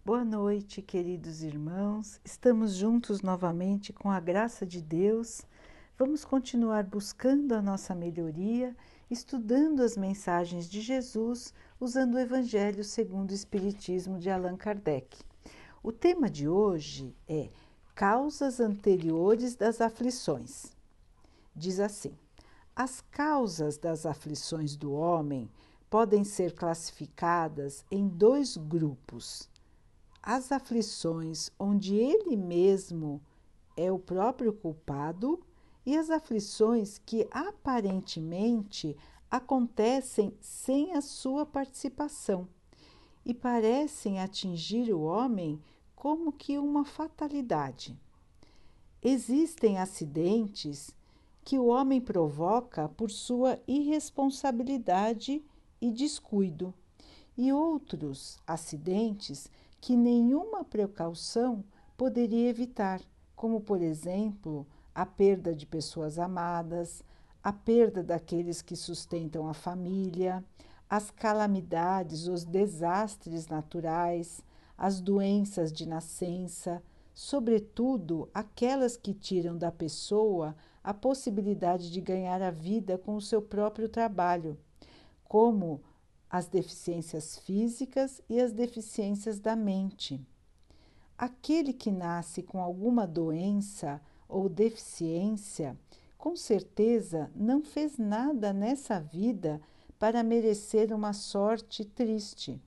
Boa noite, queridos irmãos. Estamos juntos novamente com a graça de Deus. Vamos continuar buscando a nossa melhoria, estudando as mensagens de Jesus, usando o Evangelho segundo o Espiritismo de Allan Kardec. O tema de hoje é Causas anteriores das aflições. Diz assim: as causas das aflições do homem podem ser classificadas em dois grupos: as aflições onde ele mesmo é o próprio culpado e as aflições que aparentemente acontecem sem a sua participação e parecem atingir o homem como que uma fatalidade. Existem acidentes que o homem provoca por sua irresponsabilidade e descuido, e outros acidentes que nenhuma precaução poderia evitar, como, por exemplo, a perda de pessoas amadas, a perda daqueles que sustentam a família, as calamidades, os desastres naturais, as doenças de nascença, sobretudo aquelas que tiram da pessoa a possibilidade de ganhar a vida com o seu próprio trabalho, como as deficiências físicas e as deficiências da mente. Aquele que nasce com alguma doença ou deficiência, com certeza não fez nada nessa vida para merecer uma sorte triste.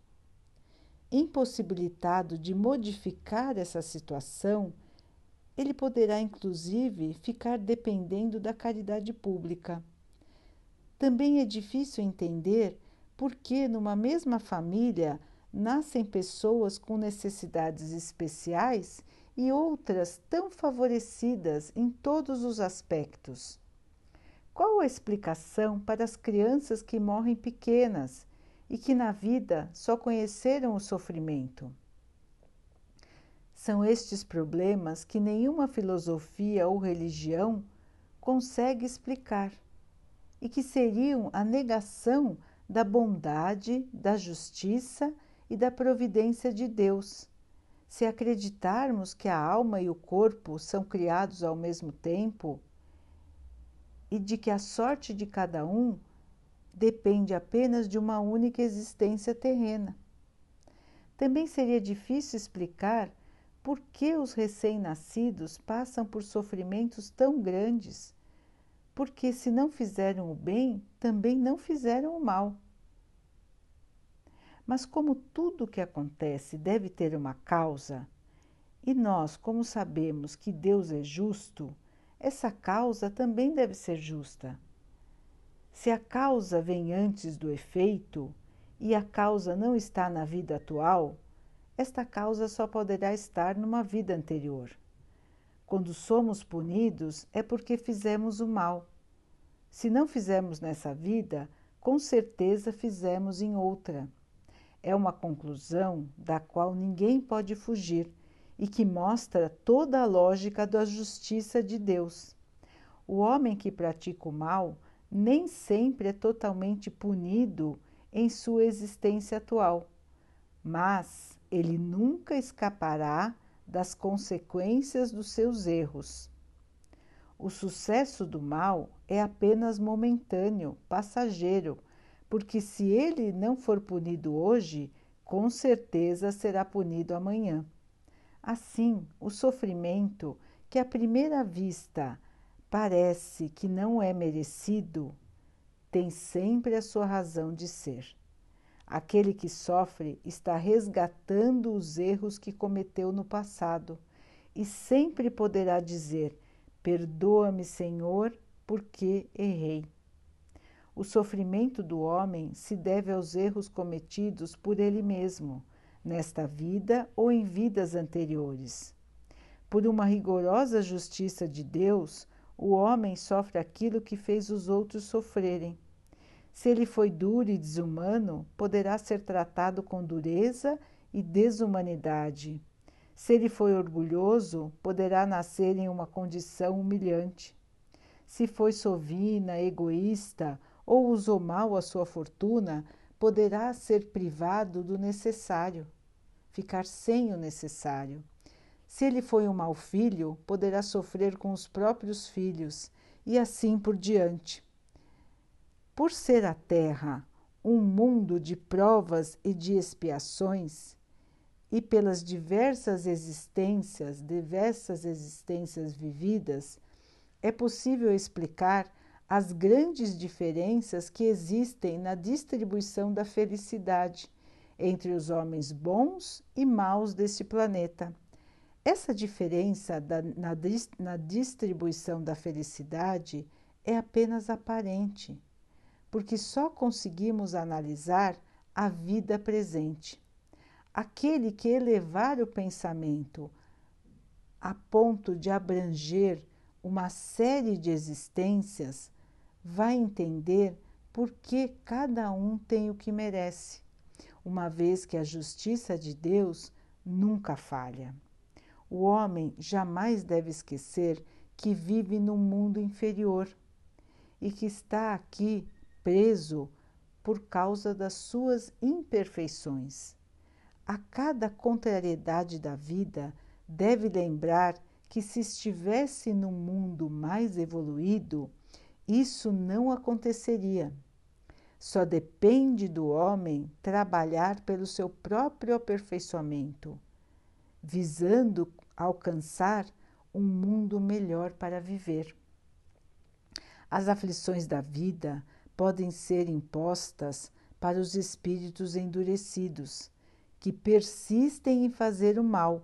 Impossibilitado de modificar essa situação, ele poderá inclusive ficar dependendo da caridade pública. Também é difícil entender por que numa mesma família nascem pessoas com necessidades especiais e outras tão favorecidas em todos os aspectos. Qual a explicação para as crianças que morrem pequenas e que na vida só conheceram o sofrimento? São estes problemas que nenhuma filosofia ou religião consegue explicar e que seriam a negação da bondade, da justiça e da providência de Deus, se acreditarmos que a alma e o corpo são criados ao mesmo tempo e de que a sorte de cada um depende apenas de uma única existência terrena. Também seria difícil explicar por que os recém-nascidos passam por sofrimentos tão grandes, porque se não fizeram o bem, também não fizeram o mal. Mas como tudo o que acontece deve ter uma causa, e nós, como sabemos que Deus é justo, essa causa também deve ser justa. Se a causa vem antes do efeito, e a causa não está na vida atual, esta causa só poderá estar numa vida anterior. Quando somos punidos, é porque fizemos o mal. Se não fizemos nessa vida, com certeza fizemos em outra. É uma conclusão da qual ninguém pode fugir e que mostra toda a lógica da justiça de Deus. O homem que pratica o mal nem sempre é totalmente punido em sua existência atual, mas ele nunca escapará das consequências dos seus erros. O sucesso do mal é apenas momentâneo, passageiro, porque se ele não for punido hoje, com certeza será punido amanhã. Assim, o sofrimento, que à primeira vista parece que não é merecido, tem sempre a sua razão de ser. Aquele que sofre está resgatando os erros que cometeu no passado e sempre poderá dizer: perdoa-me, Senhor, porque errei. O sofrimento do homem se deve aos erros cometidos por ele mesmo, nesta vida ou em vidas anteriores. Por uma rigorosa justiça de Deus, o homem sofre aquilo que fez os outros sofrerem. Se ele foi duro e desumano, poderá ser tratado com dureza e desumanidade. Se ele foi orgulhoso, poderá nascer em uma condição humilhante. Se foi sovina, egoísta ou usou mal a sua fortuna, poderá ser privado do necessário. ficar sem o necessário. Se ele foi um mau filho, poderá sofrer com os próprios filhos, e assim por diante. Por ser a Terra um mundo de provas e de expiações, e pelas diversas existências vividas, é possível explicar as grandes diferenças que existem na distribuição da felicidade entre os homens bons e maus deste planeta. Essa diferença na distribuição da felicidade é apenas aparente, porque só conseguimos analisar a vida presente. Aquele que elevar o pensamento a ponto de abranger uma série de existências vai entender por que cada um tem o que merece, uma vez que a justiça de Deus nunca falha. O homem jamais deve esquecer que vive num mundo inferior e que está aqui preso por causa das suas imperfeições. A cada contrariedade da vida, deve lembrar que se estivesse num mundo mais evoluído, isso não aconteceria. Só depende do homem trabalhar pelo seu próprio aperfeiçoamento, visando alcançar um mundo melhor para viver. As aflições da vida podem ser impostas para os espíritos endurecidos, que persistem em fazer o mal,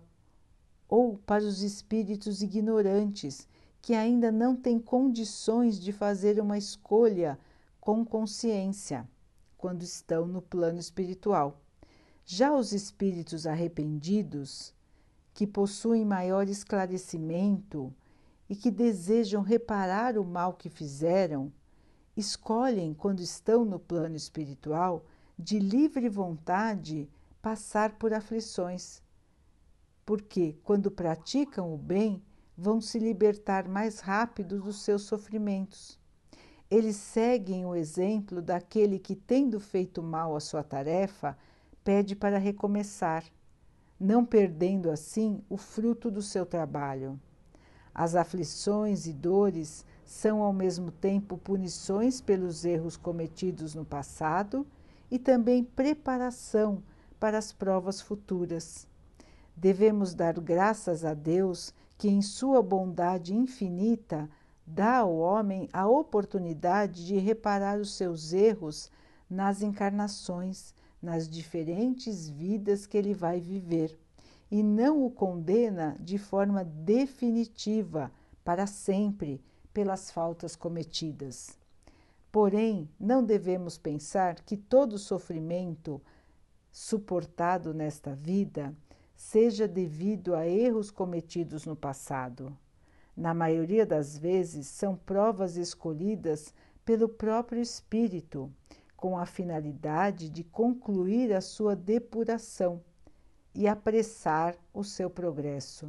ou para os espíritos ignorantes, que ainda não têm condições de fazer uma escolha com consciência, quando estão no plano espiritual. Já os espíritos arrependidos, que possuem maior esclarecimento e que desejam reparar o mal que fizeram, escolhem, quando estão no plano espiritual, de livre vontade, passar por aflições, porque, quando praticam o bem, vão se libertar mais rápido dos seus sofrimentos. Eles seguem o exemplo daquele que, tendo feito mal à sua tarefa, pede para recomeçar, não perdendo assim o fruto do seu trabalho. As aflições e dores são ao mesmo tempo punições pelos erros cometidos no passado e também preparação para as provas futuras. Devemos dar graças a Deus que, em sua bondade infinita, dá ao homem a oportunidade de reparar os seus erros nas encarnações, nas diferentes vidas que ele vai viver, e não o condena de forma definitiva para sempre pelas faltas cometidas. Porém, não devemos pensar que todo sofrimento suportado nesta vida seja devido a erros cometidos no passado. Na maioria das vezes, são provas escolhidas pelo próprio espírito, com a finalidade de concluir a sua depuração e apressar o seu progresso.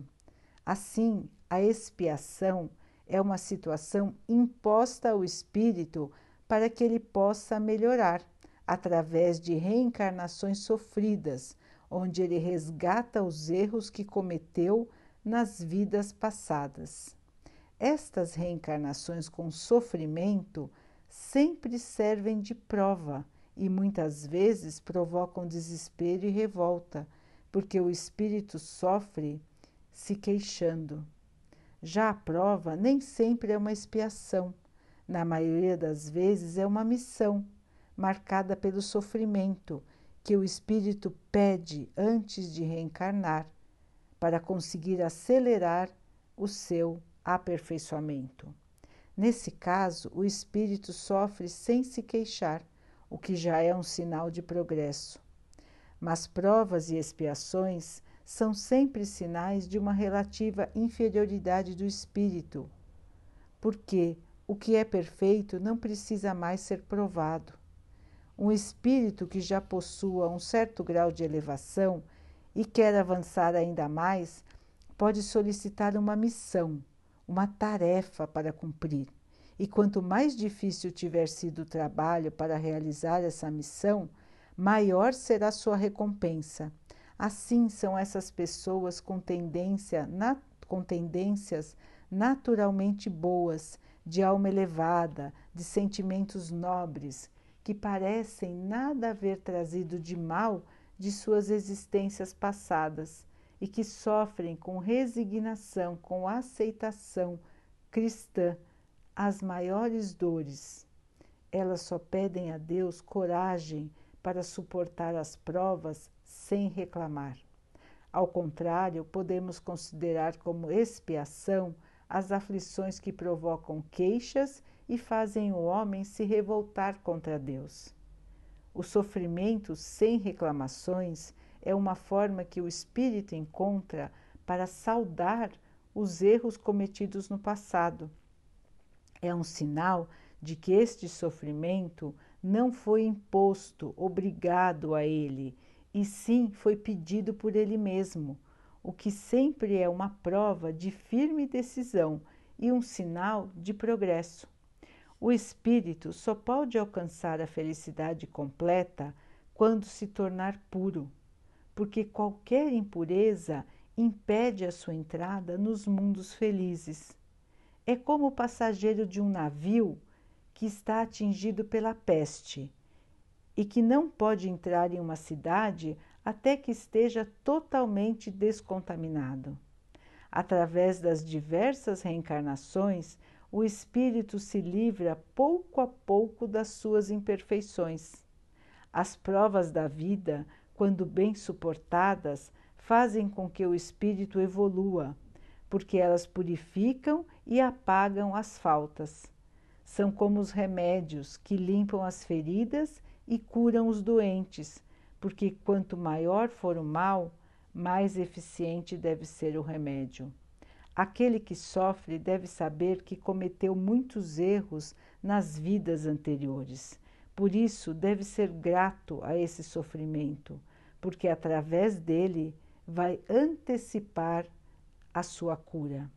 Assim, a expiação é uma situação imposta ao espírito para que ele possa melhorar, através de reencarnações sofridas, onde ele resgata os erros que cometeu nas vidas passadas. Estas reencarnações com sofrimento sempre servem de prova e muitas vezes provocam desespero e revolta, porque o espírito sofre se queixando. Já a prova nem sempre é uma expiação, na maioria das vezes é uma missão, marcada pelo sofrimento, que o espírito pede antes de reencarnar, para conseguir acelerar o seu aperfeiçoamento. Nesse caso, o espírito sofre sem se queixar, o que já é um sinal de progresso. Mas provas e expiações são sempre sinais de uma relativa inferioridade do espírito, porque o que é perfeito não precisa mais ser provado. Um espírito que já possua um certo grau de elevação e quer avançar ainda mais, pode solicitar uma missão, uma tarefa para cumprir. E quanto mais difícil tiver sido o trabalho para realizar essa missão, maior será sua recompensa, Assim são essas pessoas com tendências naturalmente boas, de alma elevada, de sentimentos nobres, que parecem nada haver trazido de mal de suas existências passadas e que sofrem com resignação, com aceitação cristã as maiores dores. Elas só pedem a Deus coragem para suportar as provas sem reclamar. Ao contrário, podemos considerar como expiação as aflições que provocam queixas e fazem o homem se revoltar contra Deus. O sofrimento sem reclamações é uma forma que o espírito encontra para saldar os erros cometidos no passado. É um sinal de que este sofrimento não foi imposto, obrigado a ele, e sim foi pedido por ele mesmo, o que sempre é uma prova de firme decisão e um sinal de progresso. O espírito só pode alcançar a felicidade completa quando se tornar puro, porque qualquer impureza impede a sua entrada nos mundos felizes. É como o passageiro de um navio que está atingido pela peste e que não pode entrar em uma cidade até que esteja totalmente descontaminado. Através das diversas reencarnações, o espírito se livra pouco a pouco das suas imperfeições. As provas da vida, quando bem suportadas, fazem com que o espírito evolua, porque elas purificam e apagam as faltas. São como os remédios que limpam as feridas e curam os doentes, porque quanto maior for o mal, mais eficiente deve ser o remédio. Aquele que sofre deve saber que cometeu muitos erros nas vidas anteriores. Por isso, deve ser grato a esse sofrimento, porque através dele vai antecipar a sua cura.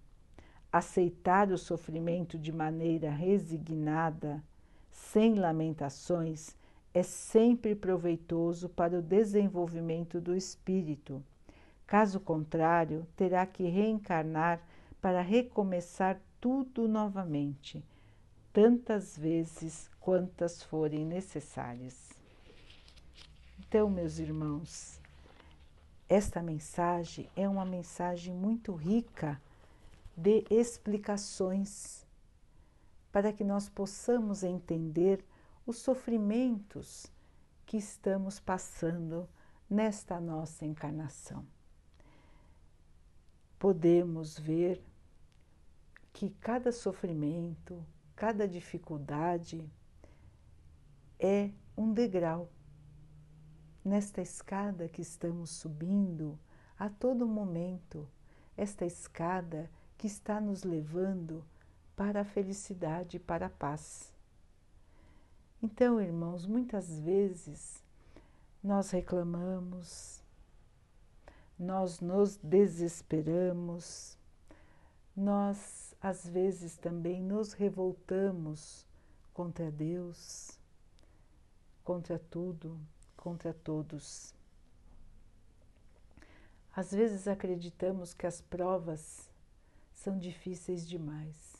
Aceitar o sofrimento de maneira resignada, sem lamentações, é sempre proveitoso para o desenvolvimento do espírito. Caso contrário, terá que reencarnar para recomeçar tudo novamente, tantas vezes quantas forem necessárias. Então, meus irmãos, esta mensagem é uma mensagem muito rica de explicações para que nós possamos entender os sofrimentos que estamos passando nesta nossa encarnação. Podemos ver que cada sofrimento, cada dificuldade é um degrau nesta escada que estamos subindo a todo momento, esta escada que está nos levando para a felicidade e para a paz. Então, irmãos, muitas vezes nós reclamamos, nós nos desesperamos, nós às vezes também nos revoltamos contra Deus, contra tudo, contra todos. Às vezes acreditamos que as provas são difíceis demais.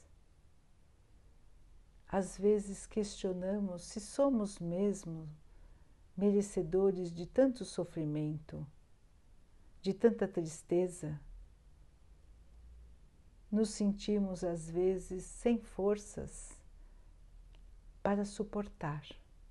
Às vezes questionamos se somos mesmo merecedores de tanto sofrimento, de tanta tristeza. Nos sentimos às vezes sem forças para suportar.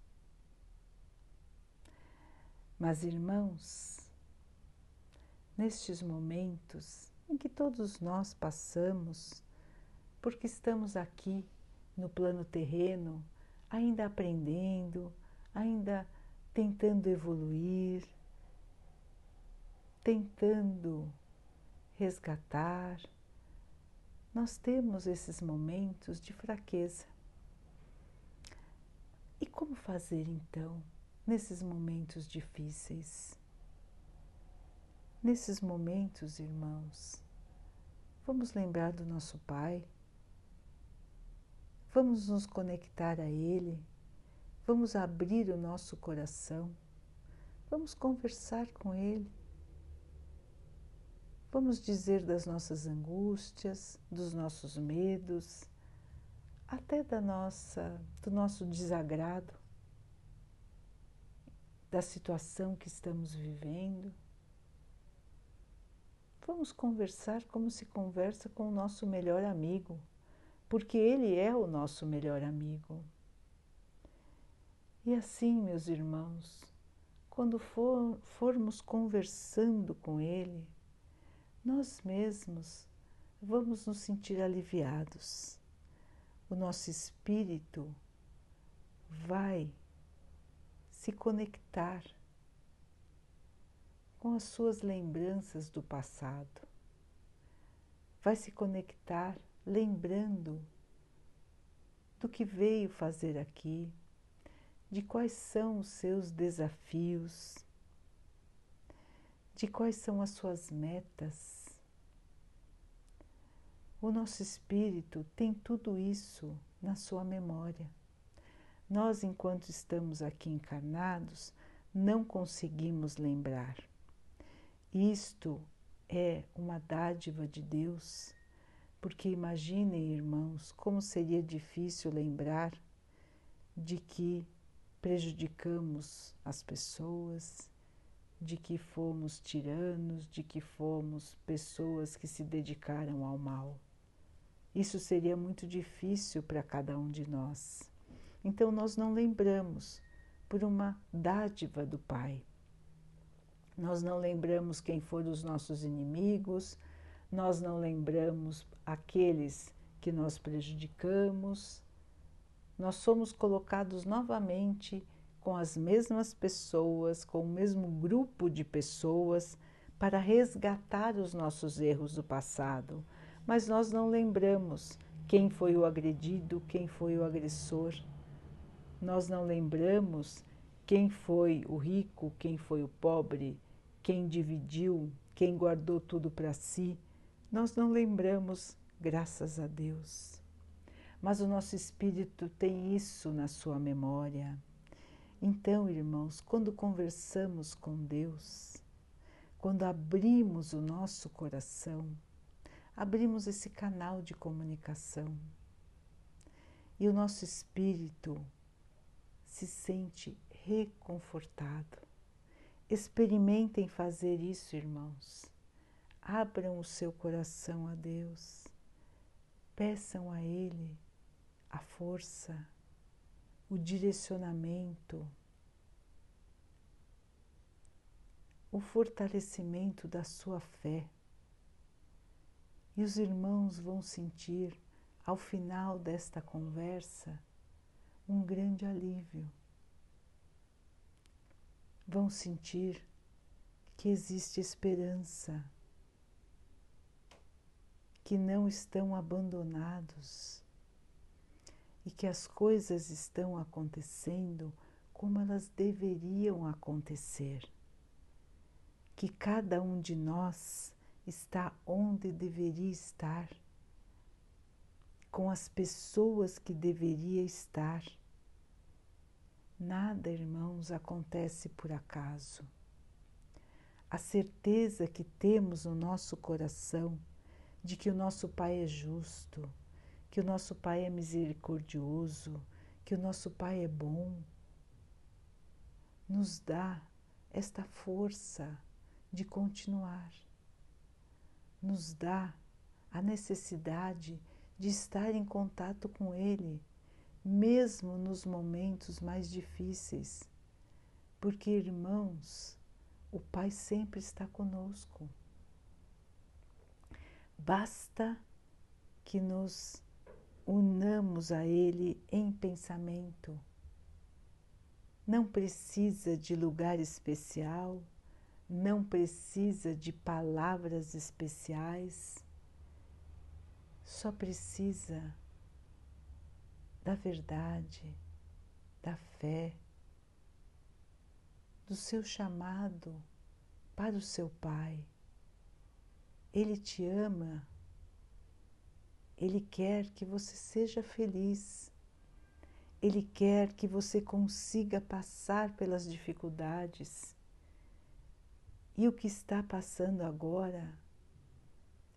Mas, irmãos, nestes momentos em que todos nós passamos, porque estamos aqui no plano terreno, ainda aprendendo, ainda tentando evoluir, tentando resgatar, nós temos esses momentos de fraqueza. E como fazer então nesses momentos difíceis? Nesses momentos, irmãos, vamos lembrar do nosso Pai, vamos nos conectar a Ele, vamos abrir o nosso coração, vamos conversar com Ele, Vamos dizer das nossas angústias, dos nossos medos, até do nosso desagrado, da situação que estamos vivendo. Vamos conversar como se conversa com o nosso melhor amigo, porque ele é o nosso melhor amigo. E assim, meus irmãos, quando formos conversando com ele, nós mesmos vamos nos sentir aliviados. O nosso espírito vai se conectar com as suas lembranças do passado. Vai se conectar lembrando do que veio fazer aqui, de quais são os seus desafios, de quais são as suas metas. O nosso espírito tem tudo isso na sua memória. Nós, enquanto estamos aqui encarnados, não conseguimos lembrar. Isto é uma dádiva de Deus, porque imaginem, irmãos, como seria difícil lembrar de que prejudicamos as pessoas, de que fomos tiranos, de que fomos pessoas que se dedicaram ao mal. Isso seria muito difícil para cada um de nós. Então nós não lembramos por uma dádiva do Pai. Nós não lembramos quem foram os nossos inimigos, nós não lembramos aqueles que nós prejudicamos. Nós somos colocados novamente com as mesmas pessoas, com o mesmo grupo de pessoas, para resgatar os nossos erros do passado. Mas nós não lembramos quem foi o agredido, quem foi o agressor. Nós não lembramos quem foi o rico, quem foi o pobre, quem dividiu, quem guardou tudo para si. Nós não lembramos, graças a Deus. Mas o nosso espírito tem isso na sua memória. Então, irmãos, quando conversamos com Deus, quando abrimos o nosso coração, abrimos esse canal de comunicação e o nosso espírito se sente reconfortado. Experimentem fazer isso, irmãos. Abram o seu coração a Deus. Peçam a Ele a força, o direcionamento, o fortalecimento da sua fé. E os irmãos vão sentir, ao final desta conversa, um grande alívio. Vão sentir que existe esperança, que não estão abandonados e que as coisas estão acontecendo como elas deveriam acontecer. Que cada um de nós está onde deveria estar, com as pessoas que deveria estar. Nada, irmãos, acontece por acaso. A certeza que temos no nosso coração de que o nosso Pai é justo, que o nosso Pai é misericordioso, que o nosso Pai é bom, nos dá esta força de continuar. Nos dá a necessidade de estar em contato com Ele, mesmo nos momentos mais difíceis, porque, irmãos, o Pai sempre está conosco. Basta que nos unamos a Ele em pensamento. Não precisa de lugar especial, não precisa de palavras especiais, só precisa da verdade, da fé, do seu chamado para o seu Pai. Ele te ama, Ele quer que você seja feliz, Ele quer que você consiga passar pelas dificuldades. E o que está passando agora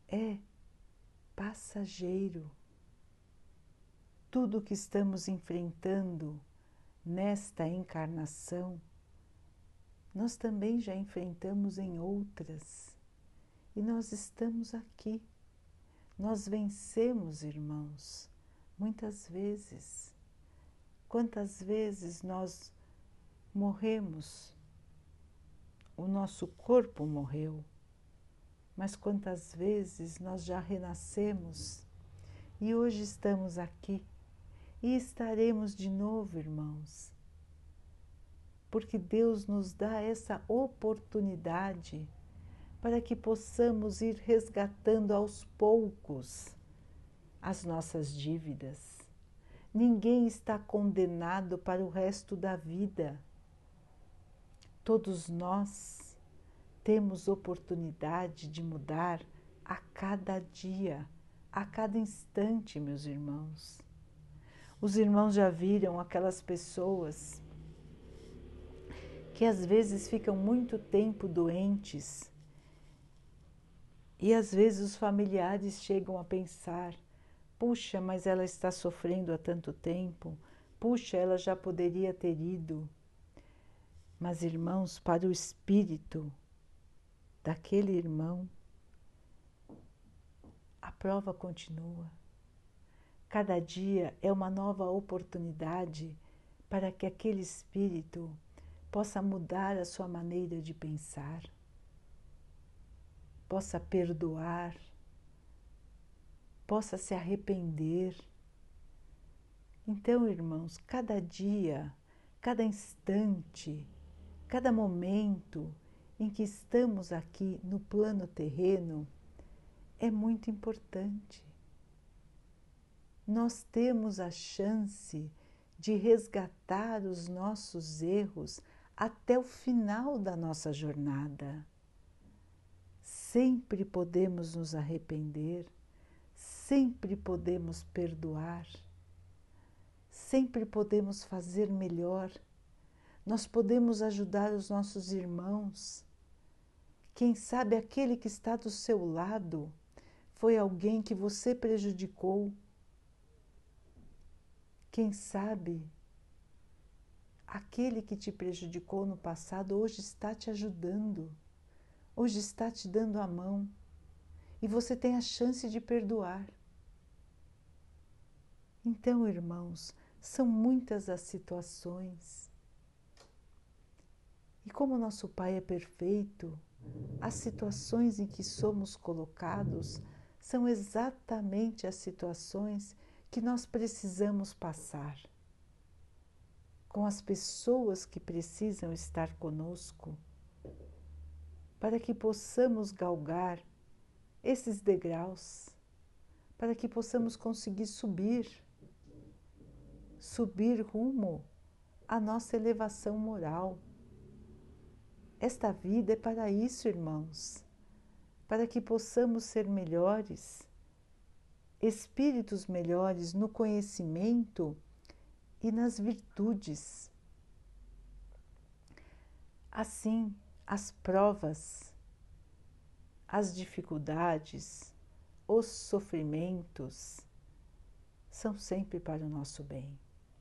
é passageiro. Tudo que estamos enfrentando nesta encarnação, nós também já enfrentamos em outras. E nós estamos aqui. Nós vencemos, irmãos, muitas vezes. Quantas vezes nós morremos? O nosso corpo morreu, mas quantas vezes nós já renascemos e hoje estamos aqui e estaremos de novo, irmãos, porque Deus nos dá essa oportunidade para que possamos ir resgatando aos poucos as nossas dívidas. Ninguém está condenado para o resto da vida. Todos nós temos oportunidade de mudar a cada dia, a cada instante, meus irmãos. Os irmãos já viram aquelas pessoas que às vezes ficam muito tempo doentes e às vezes os familiares chegam a pensar: puxa, mas ela está sofrendo há tanto tempo, puxa, ela já poderia ter ido. Mas, irmãos, para o espírito daquele irmão, a prova continua. Cada dia é uma nova oportunidade para que aquele espírito possa mudar a sua maneira de pensar, possa perdoar, possa se arrepender. Então, irmãos, cada dia, cada instante, cada momento em que estamos aqui no plano terreno é muito importante. Nós temos a chance de resgatar os nossos erros até o final da nossa jornada. Sempre podemos nos arrepender, sempre podemos perdoar, sempre podemos fazer melhor. Nós podemos ajudar os nossos irmãos. Quem sabe aquele que está do seu lado foi alguém que você prejudicou. Quem sabe aquele que te prejudicou no passado hoje está te ajudando, hoje está te dando a mão e você tem a chance de perdoar. Então, irmãos, são muitas as situações. E como nosso Pai é perfeito, as situações em que somos colocados são exatamente as situações que nós precisamos passar. Com as pessoas que precisam estar conosco, para que possamos galgar esses degraus, para que possamos conseguir subir rumo à nossa elevação moral. Esta vida é para isso, irmãos, para que possamos ser melhores, espíritos melhores no conhecimento e nas virtudes. Assim, as provas, as dificuldades, os sofrimentos são sempre para o nosso bem.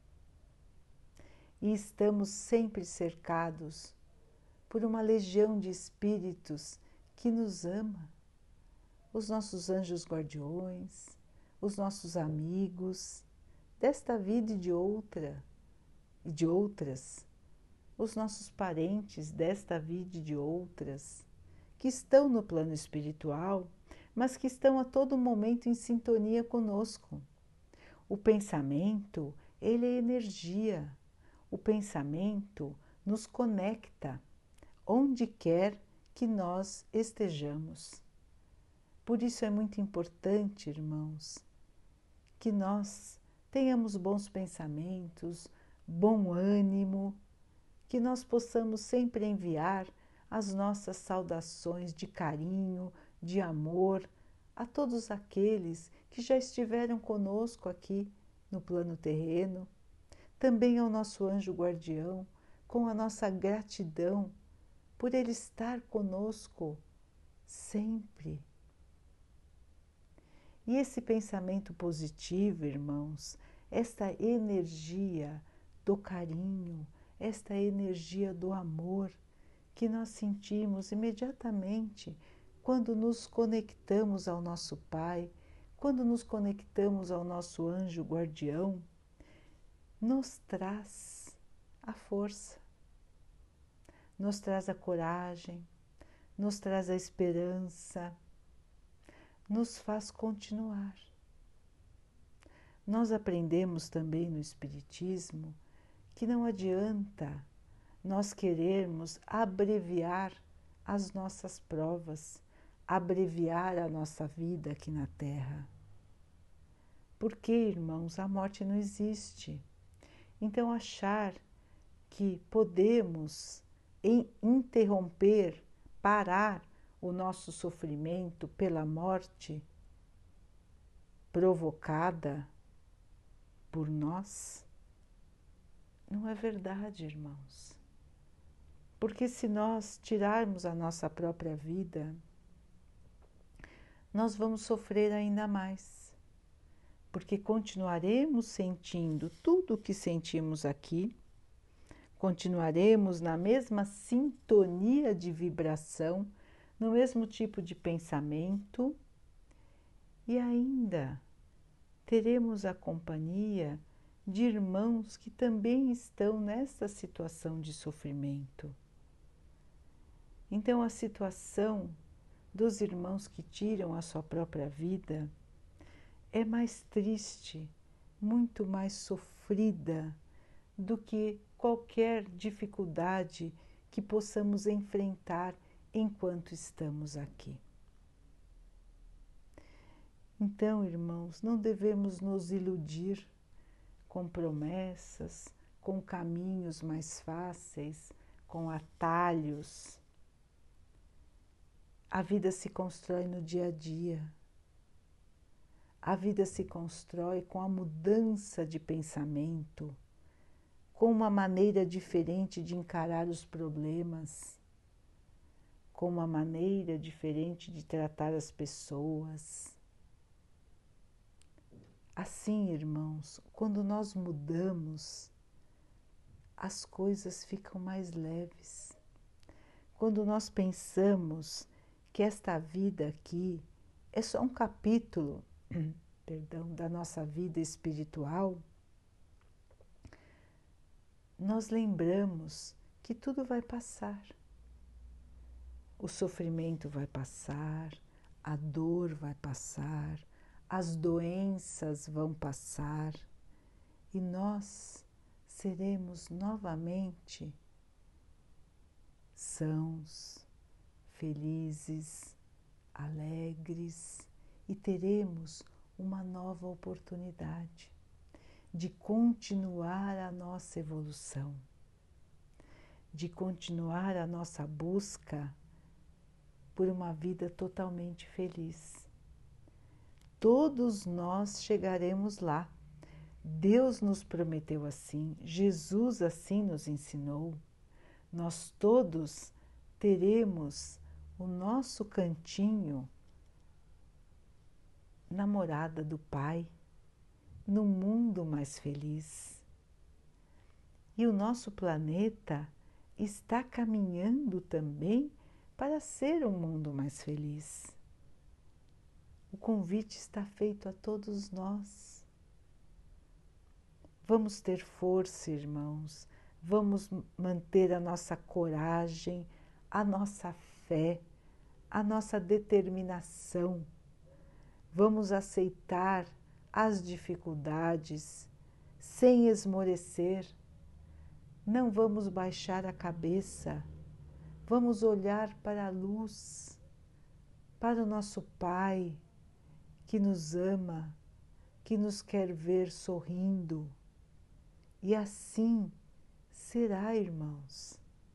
E estamos sempre cercados por uma legião de espíritos que nos ama, os nossos anjos guardiões, os nossos amigos desta vida e de outra, e de outras, os nossos parentes desta vida e de outras, que estão no plano espiritual, mas que estão a todo momento em sintonia conosco. O pensamento, ele é energia. O pensamento nos conecta onde quer que nós estejamos. Por isso é muito importante, irmãos, que nós tenhamos bons pensamentos, bom ânimo, que nós possamos sempre enviar as nossas saudações de carinho, de amor a todos aqueles que já estiveram conosco aqui no plano terreno, também ao nosso anjo guardião, com a nossa gratidão por ele estar conosco sempre. E esse pensamento positivo, irmãos, esta energia do carinho, esta energia do amor que nós sentimos imediatamente quando nos conectamos ao nosso Pai, quando nos conectamos ao nosso anjo guardião, nos traz a força, nos traz a coragem, nos traz a esperança, nos faz continuar. Nós aprendemos também no Espiritismo que não adianta nós querermos abreviar as nossas provas, abreviar a nossa vida aqui na Terra. Porque, irmãos, a morte não existe. Então, achar que podemos interromper, parar o nosso sofrimento pela morte provocada por nós, não é verdade, irmãos. Porque se nós tirarmos a nossa própria vida, nós vamos sofrer ainda mais. Porque continuaremos sentindo tudo o que sentimos aqui, continuaremos na mesma sintonia de vibração, no mesmo tipo de pensamento e ainda teremos a companhia de irmãos que também estão nessa situação de sofrimento. Então, a situação dos irmãos que tiram a sua própria vida é mais triste, muito mais sofrida do que qualquer dificuldade que possamos enfrentar enquanto estamos aqui. Então, irmãos, não devemos nos iludir com promessas, com caminhos mais fáceis, com atalhos. A vida se constrói no dia a dia. A vida se constrói com a mudança de pensamento, com uma maneira diferente de encarar os problemas, com uma maneira diferente de tratar as pessoas. Assim, irmãos, quando nós mudamos, as coisas ficam mais leves. Quando nós pensamos que esta vida aqui é só um capítulo, da nossa vida espiritual, nós lembramos que tudo vai passar. O sofrimento vai passar, a dor vai passar, as doenças vão passar e nós seremos novamente sãos, felizes, alegres e teremos uma nova oportunidade de continuar a nossa evolução, de continuar a nossa busca por uma vida totalmente feliz. Todos nós chegaremos lá. Deus nos prometeu assim, Jesus assim nos ensinou. Nós todos teremos o nosso cantinho na morada do Pai, no mundo mais feliz. E o nosso planeta está caminhando também para ser um mundo mais feliz. O convite está feito a todos nós. Vamos ter força, irmãos. Vamos manter a nossa coragem, a nossa fé, a nossa determinação. Vamos aceitar as dificuldades sem esmorecer. Não vamos baixar a cabeça. Vamos olhar para a luz, para o nosso Pai, que nos ama, que nos quer ver sorrindo. E assim será, irmãos.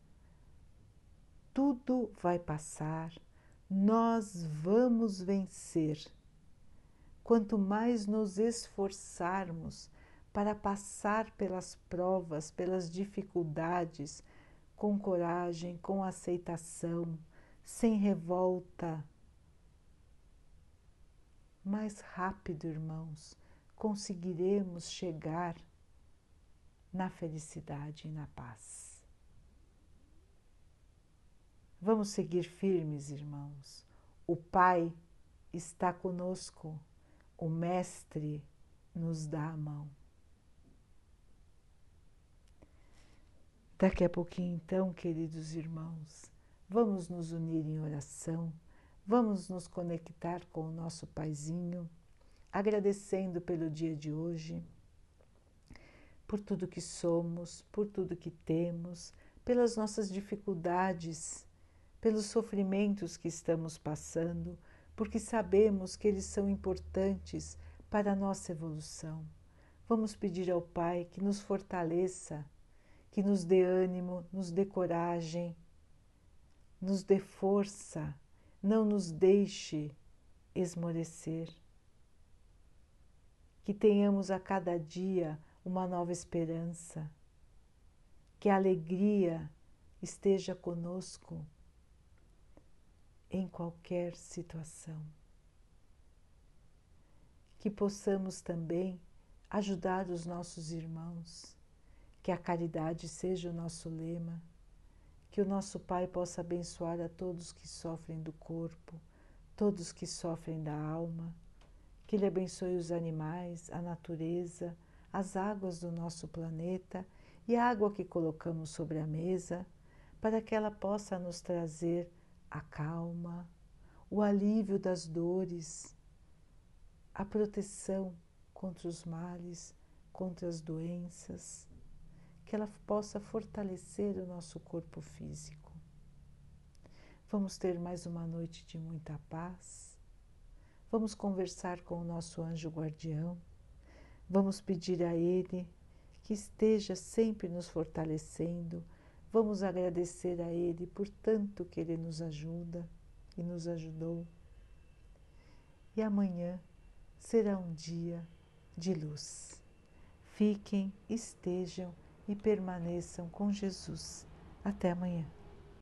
Tudo vai passar, nós vamos vencer. Quanto mais nos esforçarmos para passar pelas provas, pelas dificuldades, com coragem, com aceitação, sem revolta, mais rápido, irmãos, conseguiremos chegar na felicidade e na paz. Vamos seguir firmes, irmãos. O Pai está conosco, o Mestre nos dá a mão. Daqui a pouquinho, então, queridos irmãos, vamos nos unir em oração, vamos nos conectar com o nosso Paizinho, agradecendo pelo dia de hoje, por tudo que somos, por tudo que temos, pelas nossas dificuldades, pelos sofrimentos que estamos passando, porque sabemos que eles são importantes para a nossa evolução. Vamos pedir ao Pai que nos fortaleça, que nos dê ânimo, nos dê coragem, nos dê força, não nos deixe esmorecer. Que tenhamos a cada dia uma nova esperança, que a alegria esteja conosco em qualquer situação. Que possamos também ajudar os nossos irmãos, que a caridade seja o nosso lema, que o nosso Pai possa abençoar a todos que sofrem do corpo, todos que sofrem da alma, que Ele abençoe os animais, a natureza, as águas do nosso planeta e a água que colocamos sobre a mesa, para que ela possa nos trazer a calma, o alívio das dores, a proteção contra os males, contra as doenças, que ela possa fortalecer o nosso corpo físico. Vamos ter mais uma noite de muita paz. Vamos conversar com o nosso anjo guardião. Vamos pedir a Ele que esteja sempre nos fortalecendo. Vamos agradecer a Ele por tanto que Ele nos ajuda e nos ajudou. E amanhã será um dia de luz. Fiquem, estejam e permaneçam com Jesus. Até amanhã.